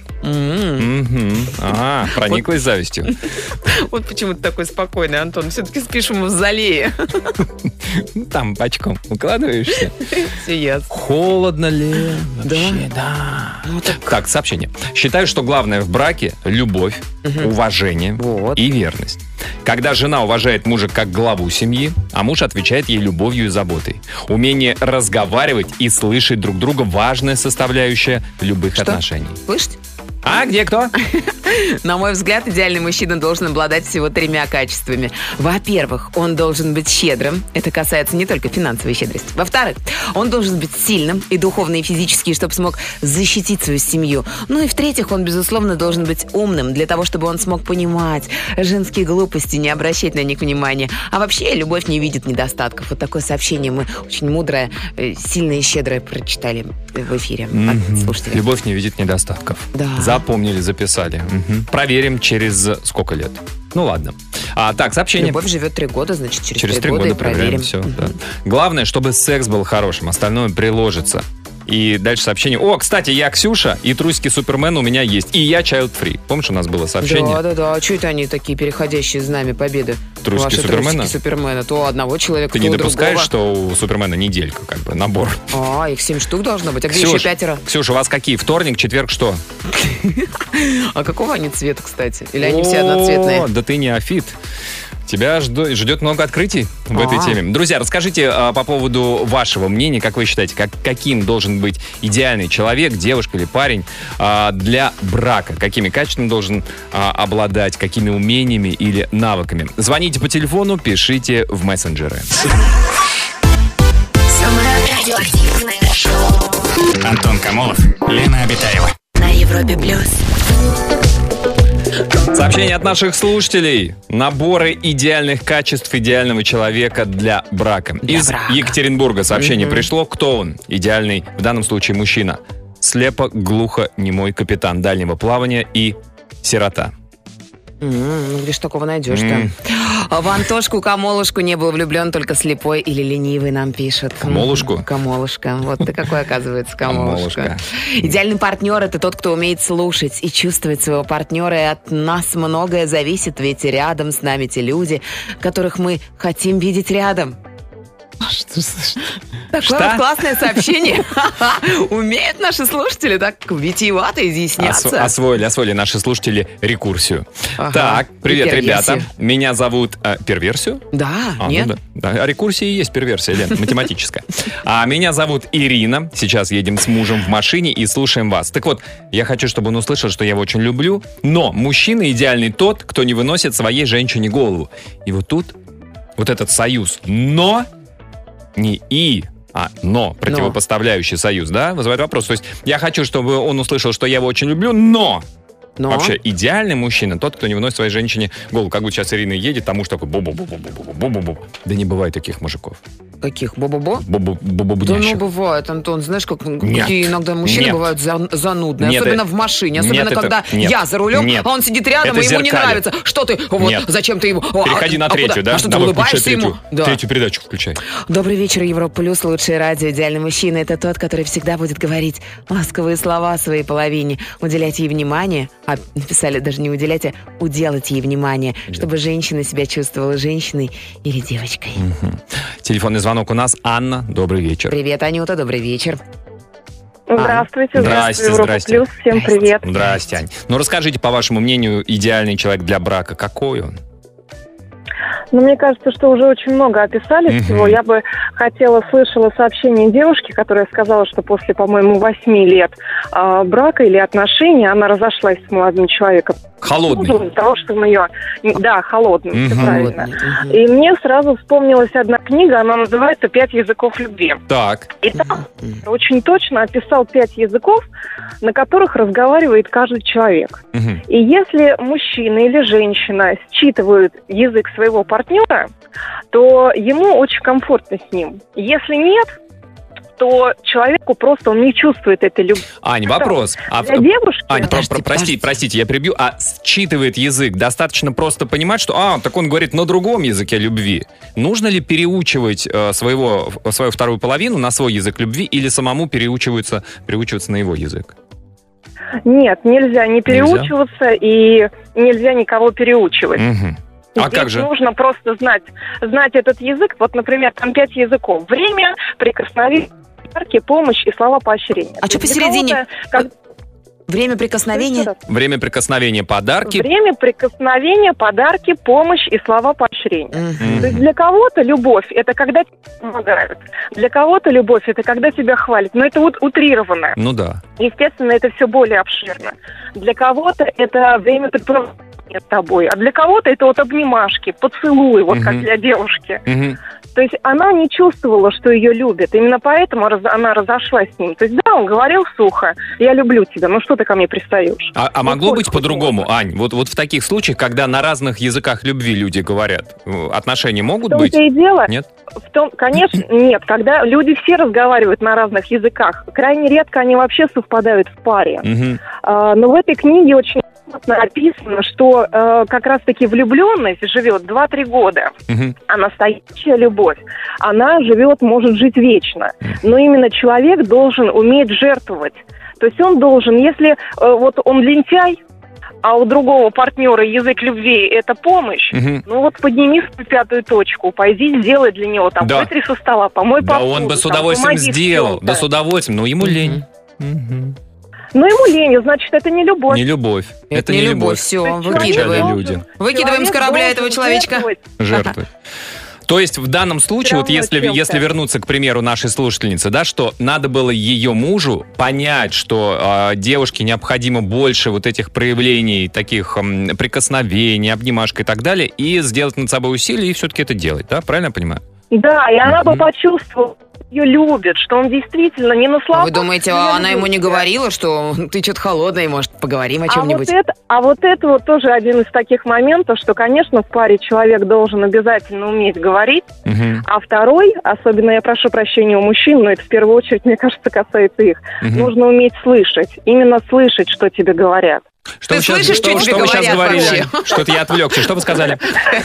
Ага, прониклась завистью. Вот почему ты такой спокойный, Антон. Все-таки спишь в мавзолее. Там бочком укладываешься. Все ясно. Холодно ли? Вообще, да. Так, сообщение. Считаю, что главное в браке – любовь, уважение и верность. Когда жена уважает мужа как главу семьи, а муж отвечает ей любовью и заботой. Умение разговаривать и слышать друг друга – важная составляющая любых отношений. Слышите? А где кто? На мой взгляд, идеальный мужчина должен обладать всего 3 качествами. Во-первых, он должен быть щедрым. Это касается не только финансовой щедрости. Во-вторых, он должен быть сильным и духовно, и физически, чтобы смог защитить свою семью. Ну и в-третьих, он, безусловно, должен быть умным для того, чтобы он смог понимать женские глупости, не обращать на них внимания. А вообще, любовь не видит недостатков. Вот такое сообщение мы очень мудрое, сильное и щедрое прочитали в эфире от слушателей. Любовь не видит недостатков. Да. Запомнили, записали. Проверим через сколько лет. Ну ладно. Так, сообщение. Любовь живет 3 года, значит, через 3 года года и проверим. Все, да. Главное, чтобы секс был хорошим, остальное приложится. И дальше сообщение. О, кстати, я Ксюша, и трусики Супермена у меня есть. И я child-free. Помнишь, у нас было сообщение? Да. А что это они такие, переходящие знамя победы? Трусики Ваши Супермена? Трусики Супермена. То у одного человека, Ты то не у допускаешь, другого. что у Супермена неделька, как бы, набор? Их 7 штук должно быть. А где еще 5? Ксюша, у вас какие? Вторник, четверг, что? А какого они цвета, кстати? Или они все одноцветные? Да ты неофит. Тебя ждет много открытий в этой теме. Друзья, расскажите по поводу вашего мнения, как вы считаете, каким должен быть идеальный человек, девушка или парень для брака? Какими качествами должен обладать, какими умениями или навыками? Звоните по телефону, пишите в мессенджеры. Самое радиоактивное шоу Антон Камолов, Лена Обитаева. на Европе плюс. Сообщение от наших слушателей. Наборы идеальных качеств идеального человека для брака. Из Екатеринбурга сообщение пришло. Кто он? Идеальный, в данном случае, мужчина. Слепо, глухо, немой капитан дальнего плавания и сирота. Где ж такого найдешь-то? В Антошку Камолушку не был влюблен, только слепой или ленивый, нам пишут. Камолушку? Камолушка. Вот ты какой, оказывается, Камолушка. Идеальный партнер — это тот, кто умеет слушать и чувствовать своего партнера, и от нас многое зависит, ведь рядом с нами те люди, которых мы хотим видеть рядом. Такое вот классное сообщение. Умеют наши слушатели так витиевато изъясняться. Освоили наши слушатели рекурсию. Так, привет, ребята. Меня зовут... Перверсию? Да, нет? Да. А рекурсия и есть перверсия, Лен, математическая. Меня зовут Ирина. Сейчас едем с мужем в машине и слушаем вас. Так вот, я хочу, чтобы он услышал, что я его очень люблю, но мужчина идеальный тот, кто не выносит своей женщине голову. И вот тут вот этот союз «но», не «и», но, противопоставляющий союз, да, вызывает вопрос. То есть я хочу, чтобы он услышал, что я его очень люблю, но... Вообще, идеальный мужчина тот, кто не выносит своей женщине голову. Как вот сейчас Ирина едет, там муж такой бу-бу-бу-бу-бу-бу-бу-бу. Да не бывает таких мужиков. Каких? Бу-бу-бу? Бу-бу-бу-бу-бу-бу-бу-бу. Да, бывает, Антон. Знаешь, какие иногда мужчины бывают занудные. Особенно в машине. Особенно, когда я за рулем, а он сидит рядом, и ему не нравится. Что ты? Вот, зачем ты ему? Переходи на третью, да? А что, ты улыбаешься ему? Третью передачу включай. Добрый вечер, Европа Плюс, лучшее радио. Идеальный мужчина — это тот, который всегда будет говорить ласковые слова своей половине, уделять ей внимание, а написали даже не уделять, а уделать ей внимание, чтобы женщина себя чувствовала женщиной или девочкой. Телефонный звонок у нас. Анна, добрый вечер. Привет, Анюта, добрый вечер. Здравствуйте. Здрасте. Плюс. Всем привет. Здрасте, Ань. Ну, расскажите, по вашему мнению, идеальный человек для брака, какой он? Ну, мне кажется, что уже очень много описали всего. Я бы слышала сообщение девушки, которая сказала, что после, по-моему, 8 лет брака или отношений она разошлась с молодым человеком. Холодный. Из-за того, что мы ее... Да, холодный, все правильно. И мне сразу вспомнилась одна книга, она называется «5 языков любви». Так. И там очень точно описал 5 языков, на которых разговаривает каждый человек. И если мужчина или женщина считывают язык своего партнера, то ему очень комфортно с ним. Если нет, то человеку просто он не чувствует этой любви. Ань, вопрос. Для девушки... Ань, простите, я перебью. А считывает язык? Достаточно просто понимать, что, так он говорит на другом языке любви. Нужно ли переучивать свою вторую половину на свой язык любви или самому переучиваться на его язык? Нет, нельзя не переучиваться и нельзя никого переучивать. Мгм. А Здесь как же? нужно просто знать этот язык. Вот, например, там 5 языков. Время, прикосновение, подарки, помощь и слова поощрения. А что Для посередине? кого-то, Время прикосновения? Время прикосновения, подарки. Время, прикосновение, подарки, помощь и слова поощрения. Мгм. То есть для кого-то любовь – это когда тебе помогают. Для кого-то любовь – это когда тебя хвалят. Но это вот утрированно. Ну да. Естественно, это все более обширно. Для кого-то это времяпрепровождение с тобой, а для кого-то это вот обнимашки, поцелуи, вот как Мгм. для девушки. Мгм. То есть она не чувствовала, что ее любят. Именно поэтому она разошлась с ним. То есть да, он говорил сухо: я люблю тебя, ну что ты ко мне пристаешь? А могло быть по-другому, Ань? Вот в таких случаях, когда на разных языках любви люди говорят, отношения могут В том-то быть? и дело. Нет? Конечно, нет. Когда люди все разговаривают на разных языках, крайне редко они вообще совпадают в паре. Мгм. Но в этой книге очень написано, что как раз-таки влюбленность живет 2-3 года, Мгм. а настоящая любовь, она живет, может жить вечно. Но именно человек должен уметь жертвовать. То есть он должен, если вот он лентяй, а у другого партнера язык любви – это помощь, Мгм. ну вот подними свою 5-ю точку, пойди сделай для него, там, Да. вытри со стола, помой Да посуду, он бы с там, удовольствием помоги в сделал. чём-то. Да с удовольствием, но ему лень. Мгм. Но ему лень, значит, это не любовь. Не любовь. Это не любовь. Все, То есть выкидываем. Кричали люди. Выкидываем с корабля человек этого должен человечка. жертвовать. Жертвы. То есть в данном случае, вот Всё равно чем-то. если вернуться к примеру нашей слушательницы, да, что надо было ее мужу понять, что девушке необходимо больше вот этих проявлений, таких прикосновений, обнимашек и так далее, и сделать над собой усилия и все-таки это делать, да? Правильно я понимаю? Да, и она бы почувствовала, что ее любят, что он действительно не на словах. Вы думаете, но я она люблю ему не тебя. говорила, что ты что-то холодная, может, поговорим о А чем-нибудь? вот это вот тоже один из таких моментов, что, конечно, в паре человек должен обязательно уметь говорить, Мгм. а второй, особенно я прошу прощения у мужчин, но это в первую очередь, мне кажется, касается их, Мгм. нужно уметь слышать, именно слышать, что тебе говорят. Что Ты вы щас- слышишь, что тебе вы щас говорят говорили? вообще? Ань? Что-то я отвлекся. Что вы сказали?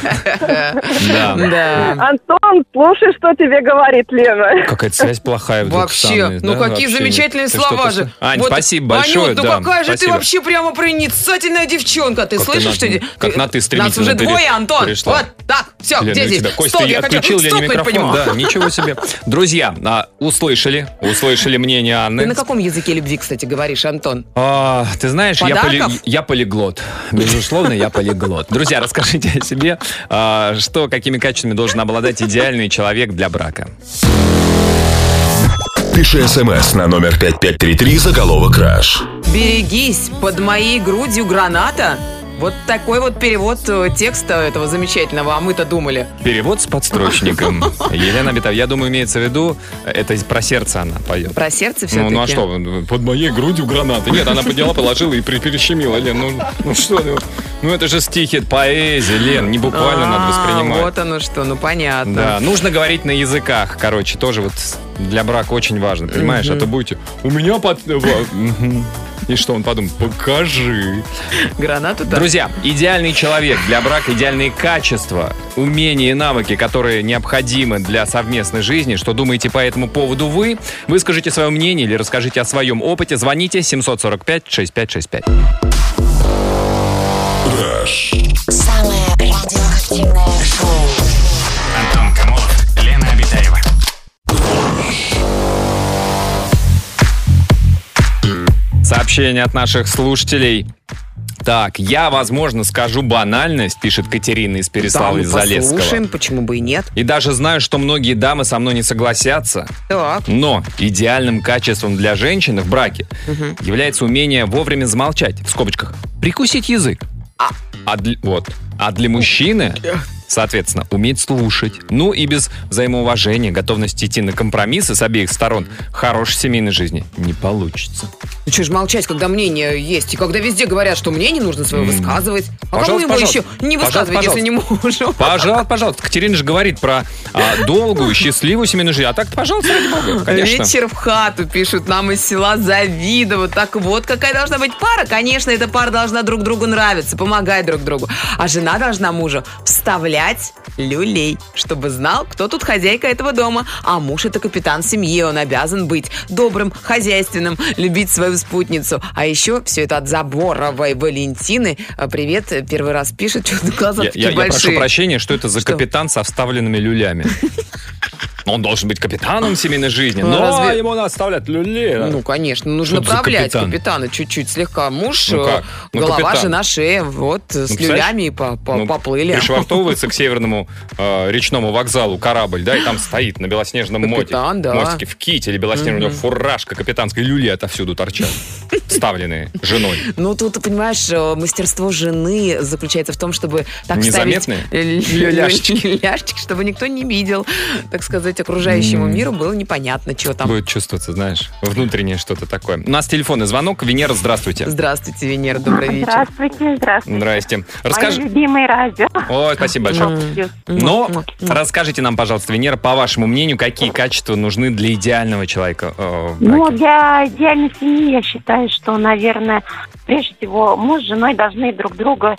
Да. Да. Антон, слушай, что тебе говорит Лена. Какая-то связь плохая вдруг Вообще, станет, ну да, какие вообще. замечательные Ты слова что-то- же. Ань, Вот, спасибо большое. Анют, ну да, какая же спасибо. ты вообще прямо проницательная девчонка. Ты Как ты слышишь, на- что... как на «ты» Нас стремительно уже двое, Антон. перешла. Вот, так, все, Лена, где иди здесь? сюда. Кость, Стоп, ты я хочу отключил Лене стукнуть по нему. микрофон? Да, ничего себе. Друзья, услышали мнение Ты Анны. на каком языке любви, кстати, говоришь, Антон? Ты знаешь, Подарков? я полиглот. Безусловно, я полиглот. Друзья, расскажите о себе, какими качествами должен обладать идеальный человек для брака. Пиши СМС на номер 5533, заголовок «Краш». Берегись, под моей грудью граната. Вот такой вот перевод текста этого замечательного, а мы-то думали. Перевод с подстрочником. Елена Битова, я думаю, имеется в виду, это про сердце она поет. Про сердце все-таки. Ну а что, под моей грудью граната. Нет, она подняла, положила и перещемила, Лен. Ну что, ну это же стихи, поэзия, Лен, не буквально надо воспринимать. Вот оно что, ну понятно. Да, нужно говорить на языках, короче, тоже вот для брака очень важно, понимаешь? А то будете, у меня под... Мгм. И что он подумает? Покажи. Гранату так. Друзья, идеальный человек для брака, идеальные качества, умения и навыки, которые необходимы для совместной жизни. Что думаете по этому поводу вы? Выскажите свое мнение или расскажите о своем опыте. Звоните 745-6565. Самое радиоактивное шоу. Антон Камолов, Лена Обитаева. Сообщение от наших слушателей. Так, я, возможно, скажу банальность, пишет Катерина из Переславля-Залесского. Послушаем, почему бы и нет. И даже знаю, что многие дамы со мной не согласятся. Так. Но идеальным качеством для женщины в браке является умение вовремя замолчать, в скобочках, прикусить язык. А для мужчины, соответственно, уметь слушать. Ну и без взаимоуважения, готовности идти на компромиссы с обеих сторон хорошей семейной жизни не получится. Ну что ж молчать, когда мнение есть, и когда везде говорят, что мнение нужно свое высказывать. А кому ему еще не высказывать, если не можем? Пожалуйста. Катерина же говорит про долгую, счастливую семейную жизнь. А так, пожалуйста, ради бога, конечно. Вечер в хату, пишут нам из села Завидово. Так вот, какая должна быть пара? Конечно, эта пара должна друг другу нравиться, помогать друг другу. А жена должна мужу вставлять люлей, чтобы знал, кто тут хозяйка этого дома. А муж — это капитан семьи, он обязан быть добрым, хозяйственным, любить свою спутницу. А еще все это от Заборовой Валентины. Привет, первый раз пишет, что-то глаза такие большие. Я прошу прощения, что это за капитан со вставленными люлями? Он должен быть капитаном семейной жизни, но ему надо оставлять люли. Ну, конечно, нужно направлять капитана чуть-чуть, слегка. Муж, голова, капитан. Жена, шея, вот, с люлями и поплыли. Пришвартовывается к северному речному вокзалу корабль, да, и там стоит на белоснежном мостике в ките или белоснежном, у него фуражка капитанская, люли отовсюду торчат, вставленные женой. Ну, тут, ты понимаешь, мастерство жены заключается в том, чтобы так ставить люляшечки, чтобы никто не видел, так сказать, окружающему миру было непонятно, что там. Будет чувствоваться, знаешь, внутреннее что-то такое. У нас телефонный звонок. Венера, здравствуйте. Здравствуйте, Венера, добрый вечер. Здравствуйте. Здрасте. Мое любимое радио. Ой, спасибо большое. Но расскажите нам, пожалуйста, Венера, по вашему мнению, какие качества нужны для идеального человека в браке? Ну, для идеальной семьи я считаю, что, наверное, прежде всего, муж с женой должны друг другом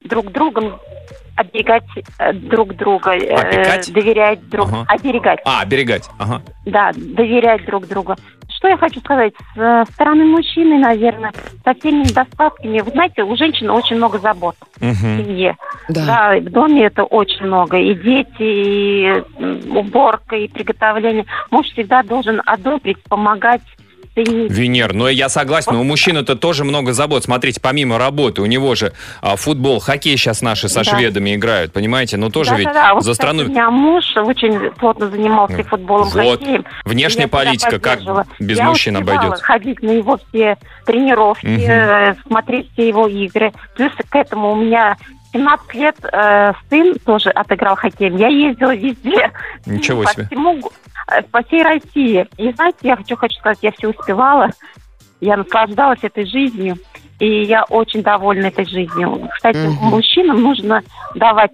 оберегать друг друга, доверять друг другу. Оберегать. Оберегать. Ага. Да, доверять друг другу. Что я хочу сказать? С стороны мужчины, наверное, со всеми недостатками. Вы знаете, у женщины очень много забот в семье. Да, в доме это очень много. И дети, и уборка, и приготовление. Муж всегда должен одобрить, помогать. Венер, но я согласен, у мужчины-то тоже много забот. Смотрите, помимо работы, у него же футбол, хоккей сейчас наши со шведами играют, понимаете? Ну тоже ведь вот, за страну... У меня муж очень плотно занимался футболом, хоккеем. Внешняя политика, как без мужчин обойдется? Я ходить на его все тренировки, смотреть все его игры. Плюс к этому у меня 17 лет сын тоже отыграл хоккей. Я ездила везде. Ничего себе. По всей России. И знаете, я хочу сказать, я все успевала. Я наслаждалась этой жизнью. И я очень довольна этой жизнью. Кстати, мужчинам нужно давать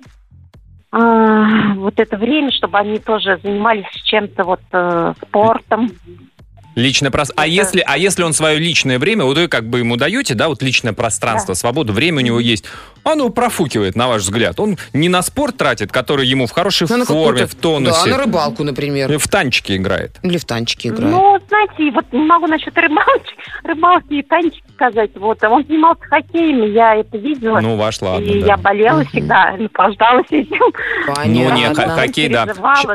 вот это время, чтобы они тоже занимались чем-то вот спортом. Личное пространство. А если он свое личное время, вот вы как бы ему даете, да, вот личное пространство, свободу, время у него есть, оно профукивает, на ваш взгляд. Он не на спорт тратит, который ему в хорошей форме, в тонусе. Да, на рыбалку, например. В танчики играет. Или в танчики играет. Ну, знаете, вот не могу насчет рыбалки и танчики сказать. Вот, он занимался хоккеем, я это видела. Ну, ваш, ладно, и я болела всегда, наслаждалась этим. Понятно. Ну, не, хоккей, да.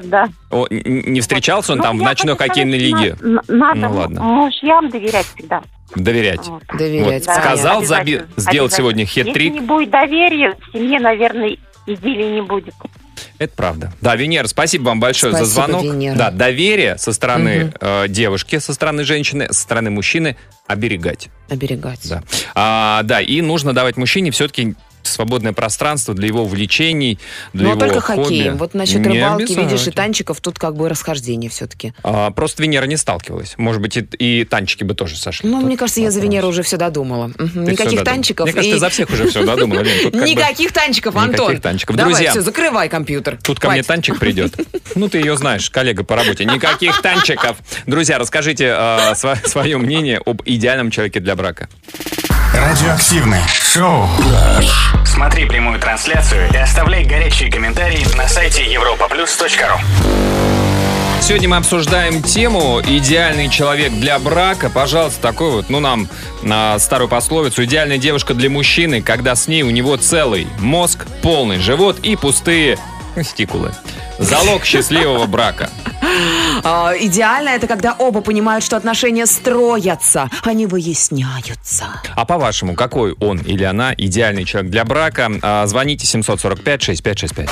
Не встречался он там в ночной хоккейной лиге? Надо мужьям доверять всегда. Доверять. Вот. Доверять. Да. Сказал, сделал сегодня хет-трик. Если не будет доверия, в семье, наверное, идиллии не будет. Это правда. Да, Венера, спасибо вам большое за звонок. Венера. Да, доверие со стороны девушки, со стороны женщины, со стороны мужчины оберегать. Оберегать. Да. Да, и нужно давать мужчине все-таки свободное пространство для его увлечений, для его только хобби. хоккеем. Вот насчет рыбалки, видишь, и танчиков, тут как бы расхождение все-таки. Просто Венера не сталкивалась. Может быть, и танчики бы тоже сошли. Ну, мне кажется, я за Венеру уже все додумала. Никаких танчиков. Мне кажется, ты за всех уже все додумала. Никаких танчиков, Антон. Никаких танчиков. Давай, Друзья, все, закрывай компьютер. Тут ко мне танчик придет. Ну, ты ее знаешь, коллега по работе. Никаких танчиков. Друзья, расскажите свое мнение об идеальном человеке для брака. Радиоактивное шоу. Смотри прямую трансляцию и оставляй горячие комментарии на сайте europaplus.ru. Сегодня мы обсуждаем тему «Идеальный человек для брака». Пожалуйста, такой вот, нам на старую пословицу: идеальная девушка для мужчины, когда с ней у него целый мозг, полный живот и пустые стикулы. Залог счастливого брака. Идеально это когда оба понимают, что отношения строятся, а не выясняются. А по-вашему, какой он или она идеальный человек для брака? Звоните 745-6565.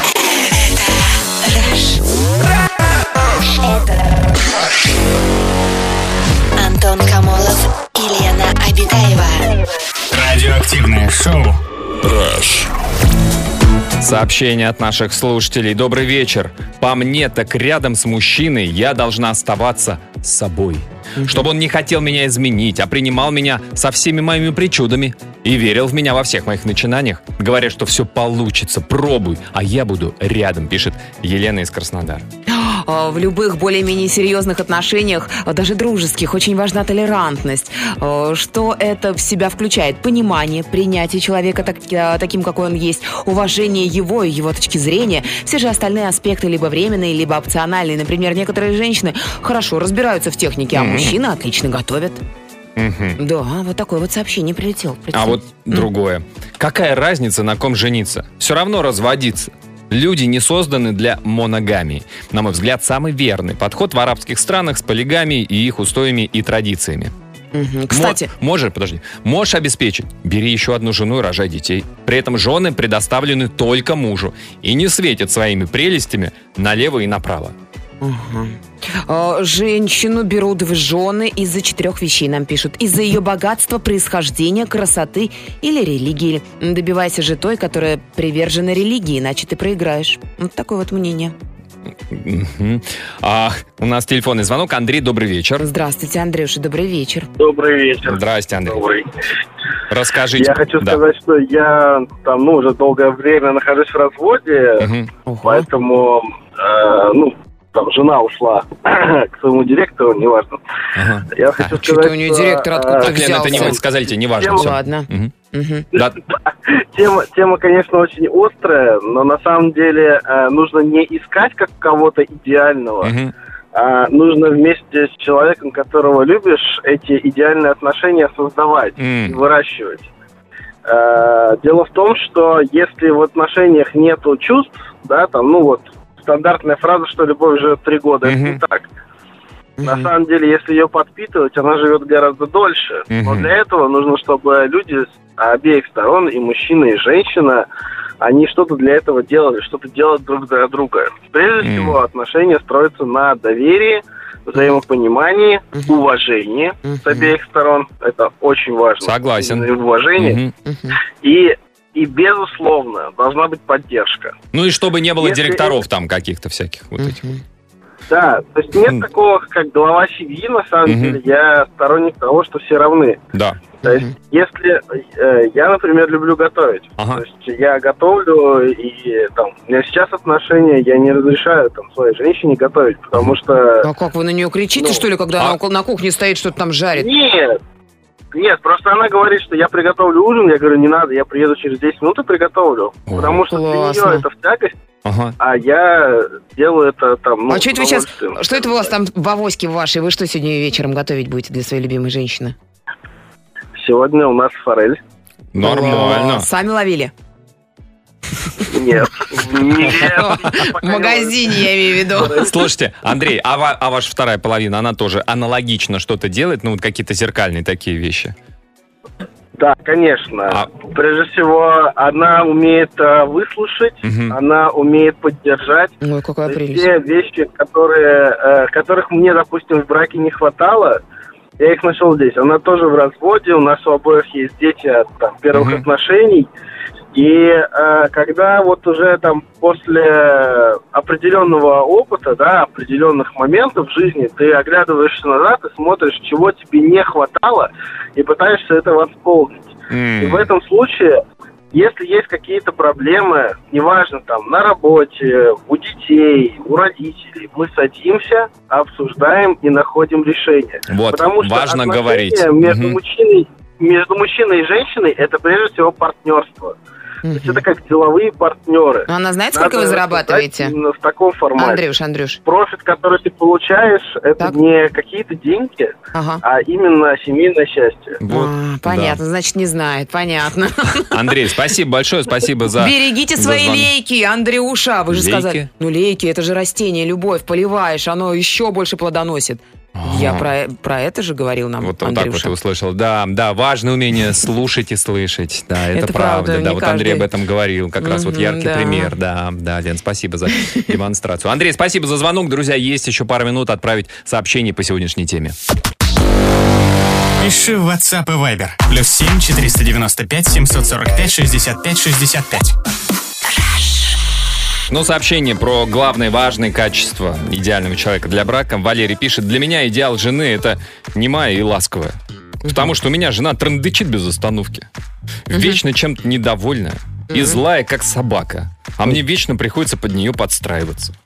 Антон Камолов и Лена Обитаева. Радиоактивное шоу. Rush. Сообщение от наших слушателей. Добрый вечер. По мне, так рядом с мужчиной я должна оставаться собой. Чтобы он не хотел меня изменить, а принимал меня со всеми моими причудами и верил в меня во всех моих начинаниях. Говорят, что все получится, пробуй, а я буду рядом, пишет Елена из Краснодара. в любых более-менее серьезных отношениях, даже дружеских, очень важна толерантность. Что это в себя включает? Понимание, принятие человека таким, какой он есть, уважение его и его точки зрения. Все же остальные аспекты либо временные, либо опциональные. Например, некоторые женщины хорошо разбираются в технике, а мужчины отлично готовят. Да, вот такое вот сообщение прилетело. А вот другое. Какая разница, на ком жениться? Все равно разводиться. Люди не созданы для моногамии. На мой взгляд, самый верный подход в арабских странах с полигамией и их устоями и традициями. Кстати, можешь обеспечить. Бери еще одну жену и рожай детей. При этом жены предоставлены только мужу и не светят своими прелестями налево и направо. Женщину берут в жены из-за 4 вещей, нам пишут. Из-за ее богатства, происхождения, красоты или религии. Добивайся же той, которая привержена религии, иначе ты проиграешь. Вот такое вот мнение. У нас телефонный звонок. Андрей, добрый вечер. Здравствуйте, Андрюша, добрый вечер. Добрый вечер. Здрасте, Андрей. Добрый. Расскажите. Я хочу сказать, что я там, уже долгое время нахожусь в разводе, поэтому, там жена ушла к своему директору, неважно. Я хочу сказать, что у нее директор откуда-то взялся. Это не сказали, неважно. Ладно. Тема, конечно, очень острая, но на самом деле нужно не искать как кого-то идеального, а нужно вместе с человеком, которого любишь, эти идеальные отношения создавать и выращивать. Дело в том, что если в отношениях нету чувств, да, там, стандартная фраза, что любовь живет 3 года, это не так. На самом деле, если ее подпитывать, она живет гораздо дольше. Но для этого нужно, чтобы люди с обеих сторон, и мужчина, и женщина, они что-то для этого делали, что-то делают друг для друга. Прежде всего, отношения строятся на доверии, взаимопонимании, уважении с обеих сторон. Это очень важно. Согласен. Уважение. И, безусловно, должна быть поддержка. Ну и чтобы не было директоров там каких-то всяких вот этих. Да, то есть нет такого, как глава семьи, на самом деле. Я сторонник того, что все равны. Да. То есть, если я, например, люблю готовить, то есть я готовлю, и там у меня сейчас отношения, я не разрешаю там своей женщине готовить, потому что... А как, вы на нее кричите, что ли, когда она на кухне стоит, что-то там жарит? Нет, просто она говорит, что я приготовлю ужин, я говорю, не надо, я приеду через 10 минут и приготовлю. Потому что для нее это в тягость, а я делаю это там, А что это вы сейчас, что это у вас там в авоське вашей, вы что сегодня вечером готовить будете для своей любимой женщины? Сегодня у нас форель. Нормально. Сами ловили? Нет. В магазине, я имею в виду. Слушайте, Андрей, а ваша вторая половина, она тоже аналогично что-то делает? Ну, вот какие-то зеркальные такие вещи? Да, конечно. Прежде всего, она умеет выслушать, она умеет поддержать. Ой, какая прелесть. Те вещи, которых мне, допустим, в браке не хватало, я их нашел здесь. Она тоже в разводе, у нас у обоих есть дети от первых отношений. И когда вот уже там после определенного опыта, да, определенных моментов в жизни, ты оглядываешься назад и смотришь, чего тебе не хватало, и пытаешься это восполнить. И в этом случае, если есть какие-то проблемы, неважно, там, на работе, у детей, у родителей, мы садимся, обсуждаем и находим решение. Вот, потому что важно говорить. Между мужчиной и женщиной это прежде всего партнерство. То есть это как деловые партнеры. Но она знает, сколько вы зарабатываете? Именно в таком формате. Андрюш. Профит, который ты получаешь, это не какие-то деньги, а именно семейное счастье. Вот, понятно, значит, не знает, понятно. Андрей, спасибо большое, спасибо за... Берегите свои лейки, Андрюша, вы же сказали. Ну, лейки, это же растение, любовь, поливаешь, оно еще больше плодоносит. Я про это же говорил нам, вот Андрюша. Так вот и услышал. Да, важное умение слушать и слышать. Да, это правда. Да, вот Андрей об этом говорил. Как раз вот яркий пример. Да, Лен, спасибо за демонстрацию. Андрей, спасибо за звонок. Друзья, есть еще пару минут отправить сообщение по сегодняшней теме. Пиши в WhatsApp и Viber. +7 495 745 65 65. Ну, сообщение про главное важное качество идеального человека для брака. Валерий пишет: для меня идеал жены — это немая и ласковая. Потому что у меня жена трындычит без остановки. Вечно чем-то недовольная и злая, как собака. А мне вечно приходится под нее подстраиваться.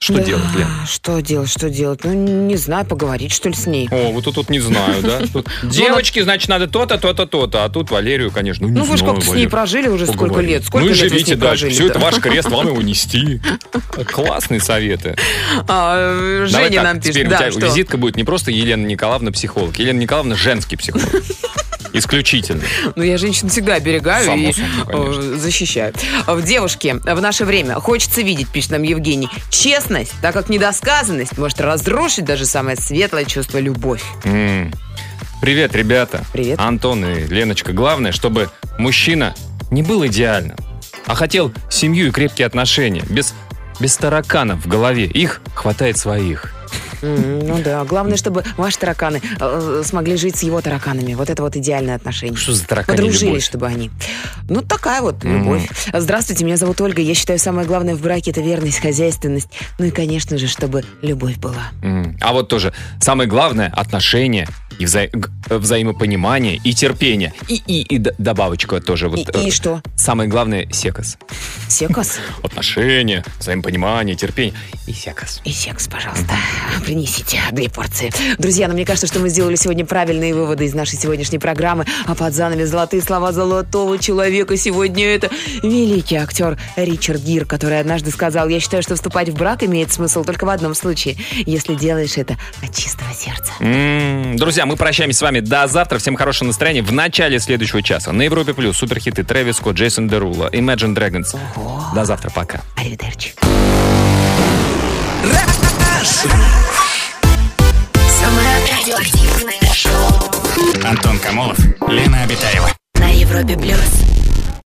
Что делать, Лен? Что делать? Ну, не знаю, поговорить, что ли, с ней. О, вот тут не знаю, да? Девочки, значит, надо то-то, то-то, то-то. А тут Валерию, конечно, ну вы же как-то с ней прожили уже сколько лет. Сколько лет живите вы с ней дальше. прожили? Все это ваш крест, вам его нести. Классные советы. Женя нам пишет. Теперь у тебя визитка будет не просто Елена Николаевна психолог. Елена Николаевна женский психолог. Исключительно. Ну, я женщин всегда оберегаю Само и собой, защищаю. Девушки, в наше время хочется видеть, пишет нам Евгений, честность, так как недосказанность может разрушить даже самое светлое чувство — любовь. Привет, ребята. Привет. Антон и Леночка. Главное, чтобы мужчина не был идеальным, а хотел семью и крепкие отношения, без тараканов в голове. Их хватает своих. Ну да, главное, чтобы ваши тараканы смогли жить с его тараканами. Вот это вот идеальное отношение. Что за тараканы? Подружились, любовь? чтобы они. Ну, такая вот любовь. Здравствуйте, меня зовут Ольга. Я считаю, самое главное в браке — это верность, хозяйственность. Ну и, конечно же, чтобы любовь была. А вот тоже самое главное — отношения и взаимопонимание и терпение. И добавочка тоже. И что? Самое главное — секс. Секс? Отношения, взаимопонимание, терпение и секс. И секс, пожалуйста. Принесите 2 порции. Друзья, мне кажется, что мы сделали сегодня правильные выводы из нашей сегодняшней программы. А под занавес золотые слова золотого человека сегодня — это великий актер Ричард Гир, который однажды сказал: я считаю, что вступать в брак имеет смысл только в одном случае, если делаешь это от чистого сердца. Друзья, мы прощаемся с вами до завтра. Всем хорошего настроения. В начале следующего часа на Европе Плюс суперхиты Трэвис Скотт, Джейсон Дерула, Imagine Dragons. Ого. До завтра, пока. Аривидерчи. Самое радиоактивное шоу Антон Камолов, Лена Обитаева. на Европе Плюс.